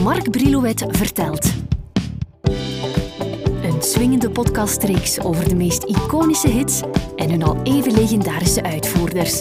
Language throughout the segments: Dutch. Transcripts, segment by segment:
Marc Brilouet vertelt. Een swingende podcastreeks over de meest iconische hits en hun al even legendarische uitvoerders.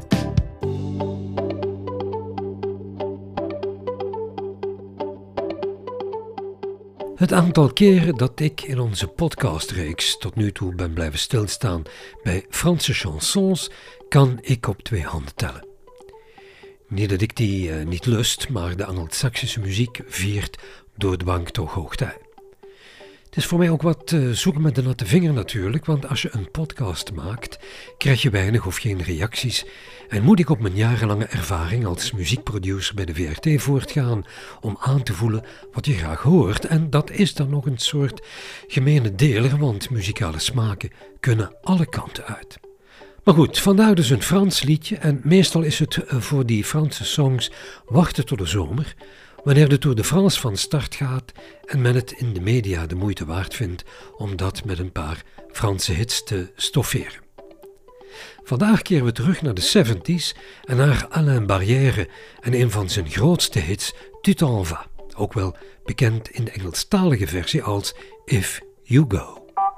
Het aantal keren dat ik in onze podcastreeks tot nu toe ben blijven stilstaan bij Franse chansons, kan ik op 2 handen tellen. Niet dat ik die niet lust, maar de Angelsaksische muziek viert door dwang toch hoogtij. Het is voor mij ook wat zoeken met de natte vinger natuurlijk, want als je een podcast maakt, krijg je weinig of geen reacties en moet ik op mijn jarenlange ervaring als muziekproducer bij de VRT voortgaan om aan te voelen wat je graag hoort. En dat is dan nog een soort gemene deler, want muzikale smaken kunnen alle kanten uit. Maar goed, vandaar dus een Frans liedje en meestal is het voor die Franse songs wachten tot de zomer, wanneer de Tour de France van start gaat en men het in de media de moeite waard vindt om dat met een paar Franse hits te stofferen. Vandaag keren we terug naar de 70s en naar Alain Barrière en een van zijn grootste hits, Tu t'en vas, ook wel bekend in de Engelstalige versie als If You Go.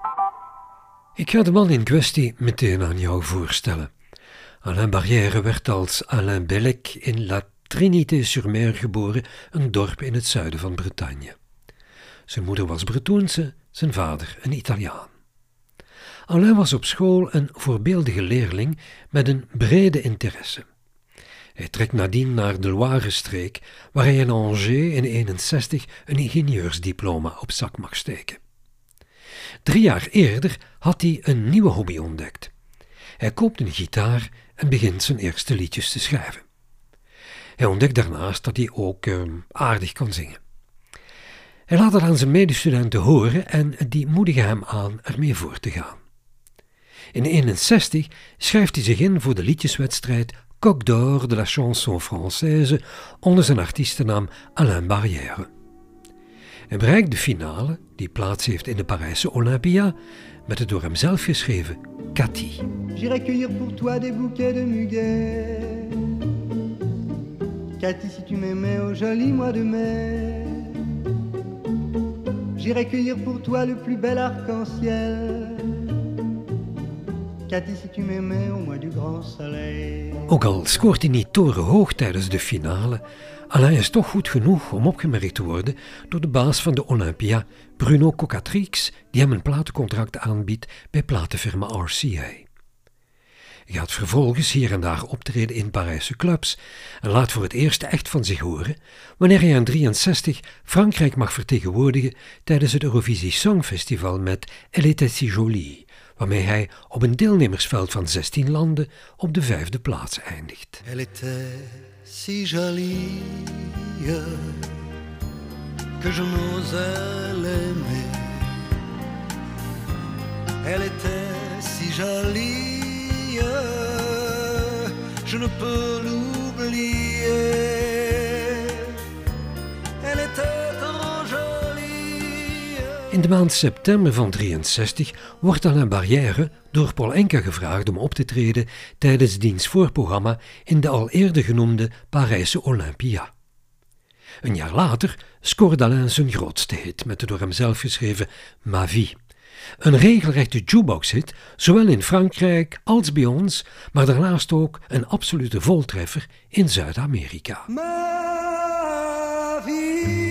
Ik ga de man in kwestie meteen aan jou voorstellen. Alain Barrière werd als Alain Bellec in La Trinité-sur-Mer geboren, een dorp in het zuiden van Bretagne. Zijn moeder was Bretoense, zijn vader een Italiaan. Alain was op school een voorbeeldige leerling met een brede interesse. Hij trekt nadien naar de Loire-streek, waar hij in Angers in 1961 een ingenieursdiploma op zak mag steken. 3 jaar eerder had hij een nieuwe hobby ontdekt. Hij koopt een gitaar en begint zijn eerste liedjes te schrijven. Hij ontdekt daarnaast dat hij ook aardig kan zingen. Hij laat het aan zijn medestudenten horen en die moedigen hem aan ermee voor te gaan. In 1961 schrijft hij zich in voor de liedjeswedstrijd Coq d'Or de la Chanson Française onder zijn artiestennaam Alain Barrière. Hij bereikt de finale, die plaats heeft in de Parijse Olympia, met het door hem zelf geschreven Cathy. J'irai cueillir pour toi des bouquets de muguet. Cathy, si tu m'aimais au joli mois de mai. J'irai cueillir pour toi le plus bel arc-en-ciel. Cathy, si tu m'aimais au mois du grand soleil. Ook al scoort hij niet torenhoog tijdens de finale, Alain is toch goed genoeg om opgemerkt te worden door de baas van de Olympia, Bruno Cocatrix, die hem een platencontract aanbiedt bij platenfirma RCA. Hij gaat vervolgens hier en daar optreden in Parijse clubs en laat voor het eerst echt van zich horen wanneer hij in 1963 Frankrijk mag vertegenwoordigen tijdens het Eurovisie Songfestival met Elle était si jolie, waarmee hij op een deelnemersveld van 16 landen op de 5e plaats eindigt. Elle était si jolie que je n'osais l'aimer. Elle était si jolie, je ne peux l'oublier. Elle était trop jolie. In de maand september van 1963 wordt Alain Barrière door Paul Enka gevraagd om op te treden tijdens diens voorprogramma in de al eerder genoemde Parijse Olympia. Een jaar later scoort Alain zijn grootste hit met de door hem zelf geschreven Ma Vie. Een regelrechte jukebox-hit, zowel in Frankrijk als bij ons, maar daarnaast ook een absolute voltreffer in Zuid-Amerika. Ma vie.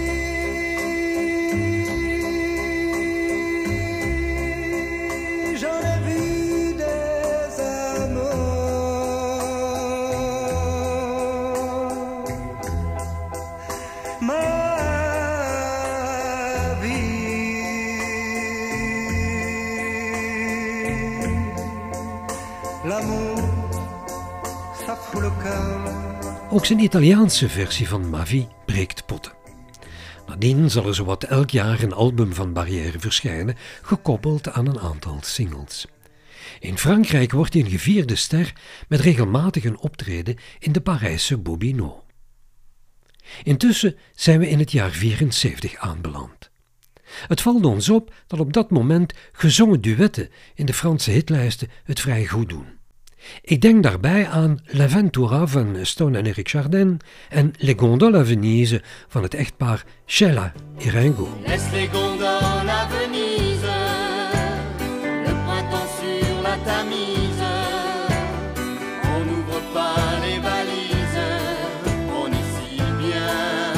Ook zijn Italiaanse versie van Ma Vie breekt potten. Nadien zal er zowat elk jaar een album van Barrière verschijnen, gekoppeld aan een aantal singles. In Frankrijk wordt hij een gevierde ster met regelmatig een optreden in de Parijse Bobino. Intussen zijn we in het jaar 74 aanbeland. Het valt ons op dat op dat moment gezongen duetten in de Franse hitlijsten het vrij goed doen. Ik denk daarbij aan L'Avventura van Stone en Eric Chardin en Les Gondoles à Venise van het echtpaar Sheila et Ringo. Laisse les gondoles à Venise, le printemps sur la Tamise. On n'ouvre pas les valises, on est si bien.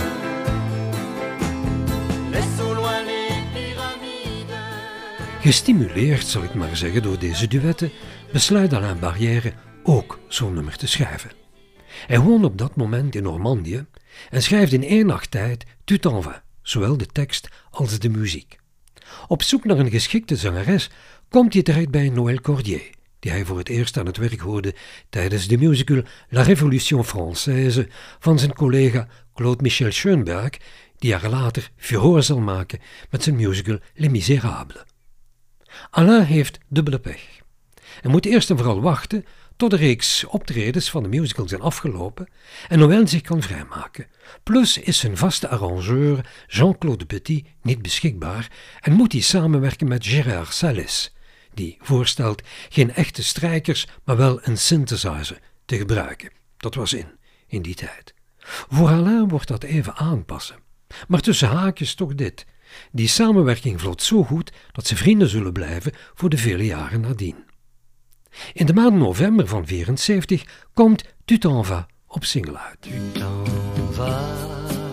Laisse au loin les pyramides. Gestimuleerd, zal ik maar zeggen, door deze duetten, besluit Alain Barrière ook zo'n nummer te schrijven. Hij woonde op dat moment in Normandië en schrijft in 1 nacht tijd Tu t'en vas, zowel de tekst als de muziek. Op zoek naar een geschikte zangeres komt hij terecht bij Noël Cordier, die hij voor het eerst aan het werk hoorde tijdens de musical La Révolution Française van zijn collega Claude Michel Schoenberg, die jaren later furore zal maken met zijn musical Les Misérables. Alain heeft dubbele pech. Hij moet eerst en vooral wachten tot de reeks optredens van de musical zijn afgelopen en Noël zich kan vrijmaken. Plus is zijn vaste arrangeur Jean-Claude Petit niet beschikbaar en moet hij samenwerken met Gérard Salles, die voorstelt geen echte strijkers, maar wel een synthesizer te gebruiken. Dat was in die tijd. Voor Alain wordt dat even aanpassen. Maar tussen haakjes toch dit. Die samenwerking vlot zo goed dat ze vrienden zullen blijven voor de vele jaren nadien. In de maand november van 1974 komt Tu t'en vas op single uit. Tu t'en vas.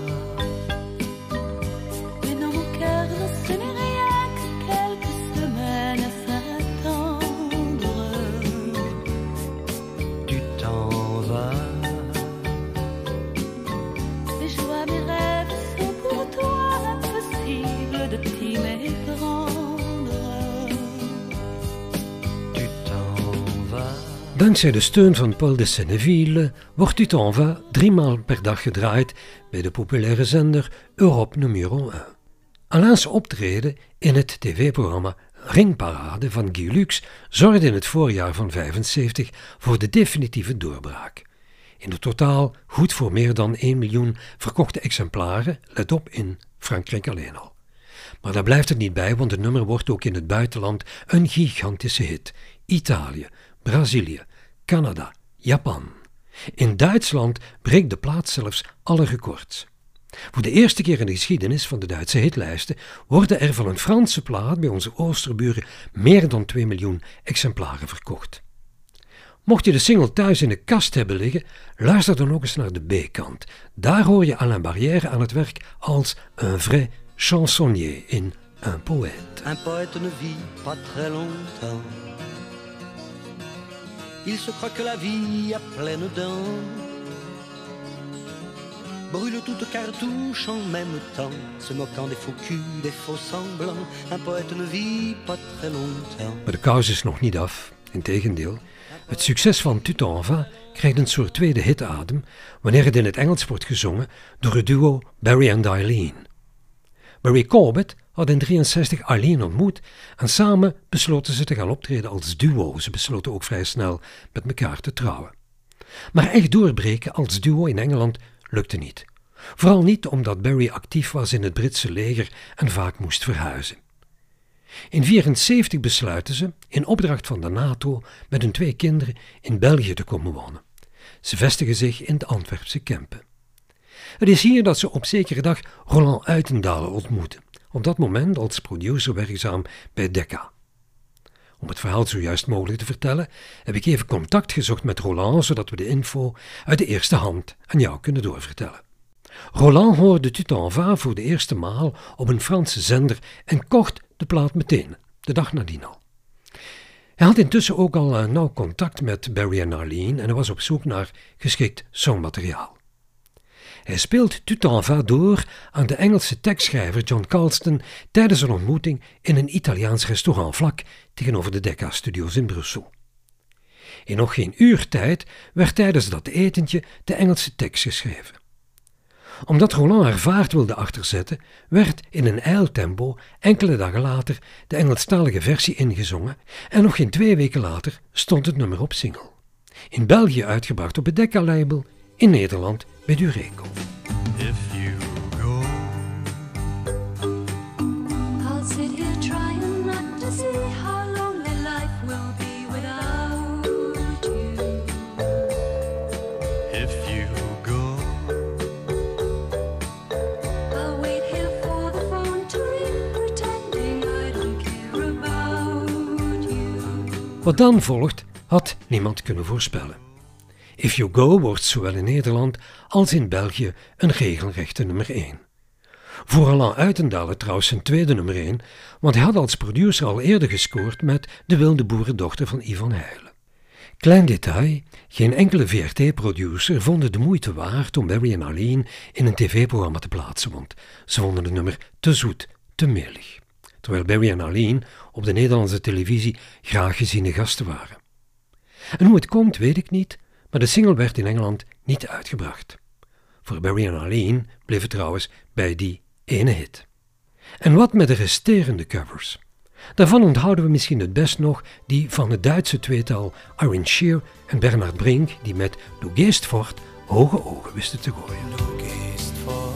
Mais dans mon cœur, ce n'est rien que quelques semaines à s'attendre. Tu t'en vas. Mes joies, mes rêves sont pour toi impossible de t'y méprendre. Tu t'en vas. Dankzij de steun van Paul de Senneville wordt Tu t'en vas 3 maal per dag gedraaid bij de populaire zender Europe numero 1. Alains optreden in het tv-programma Ringparade van Guy Lux zorgde in het voorjaar van 1975 voor de definitieve doorbraak. In het totaal goed voor meer dan 1 miljoen verkochte exemplaren, let op, in Frankrijk alleen al. Maar daar blijft het niet bij, want het nummer wordt ook in het buitenland een gigantische hit. Italië, Brazilië, Canada, Japan. In Duitsland breekt de plaat zelfs alle records. Voor de eerste keer in de geschiedenis van de Duitse hitlijsten worden er van een Franse plaat bij onze oosterburen meer dan 2 miljoen exemplaren verkocht. Mocht je de single thuis in de kast hebben liggen, luister dan ook eens naar de B-kant. Daar hoor je Alain Barrière aan het werk als un vrai chansonnier in Un poète. Un poète ne vit pas très longtemps. Il se croit que la vie a pleine dents. Brûle toute cartouche en même temps, se moquant des faux culs, des faux semblants. Un poète ne vit pas très longtemps. Maar de kous is nog niet af, integendeel. Het succes van Tu t'en vas krijgt een soort tweede hitadem wanneer het in het Engels wordt gezongen door het duo Barry and Eileen. Barry Corbett had in 1963 Eileen ontmoet en samen besloten ze te gaan optreden als duo. Ze besloten ook vrij snel met elkaar te trouwen. Maar echt doorbreken als duo in Engeland lukte niet. Vooral niet omdat Barry actief was in het Britse leger en vaak moest verhuizen. In 1974 besluiten ze, in opdracht van de NATO, met hun 2 kinderen in België te komen wonen. Ze vestigen zich in de Antwerpse Kempen. Het is hier dat ze op zekere dag Roland Uytendalen ontmoeten, op dat moment als producer werkzaam bij Decca. Om het verhaal zo juist mogelijk te vertellen, heb ik even contact gezocht met Roland, zodat we de info uit de eerste hand aan jou kunnen doorvertellen. Roland hoorde Tu t'en vas voor de eerste maal op een Franse zender en kocht de plaat meteen, de dag nadien al. Hij had intussen ook al nauw contact met Barry en Arlene en hij was op zoek naar geschikt songmateriaal. Hij speelt Tu t'en vas door aan de Engelse tekstschrijver John Carlston tijdens een ontmoeting in een Italiaans restaurant vlak tegenover de Decca-studio's in Brussel. In nog geen uur tijd werd tijdens dat etentje de Engelse tekst geschreven. Omdat Roland haar vaart wilde achterzetten, werd in een ijltempo enkele dagen later de Engelstalige versie ingezongen en nog geen 2 weken later stond het nummer op single. In België uitgebracht op het Decca-label, in Nederland bij Dureco. If you go, I'll sit here trying not to see how lonely life will be without Wat dan volgt, had niemand kunnen voorspellen. If You Go wordt zowel in Nederland als in België een regelrechte nummer 1. Voor Alain Uytendalen trouwens zijn tweede nummer 1, want hij had als producer al eerder gescoord met De wilde boerendochter van Ivan Heijlen. Klein detail, geen enkele VRT-producer vond het de moeite waard om Barry en Arlene in een tv-programma te plaatsen, want ze vonden het nummer te zoet, te melig. Terwijl Barry en Arlene op de Nederlandse televisie graag geziene gasten waren. En hoe het komt weet ik niet, maar de single werd in Engeland niet uitgebracht. Voor Barry en Arlene bleef het trouwens bij die ene hit. En wat met de resterende covers? Daarvan onthouden we misschien het best nog die van het Duitse tweetal Irene Shear en Bernard Brink, die met Du gehst fort hoge ogen wisten te gooien. Du gehst fort.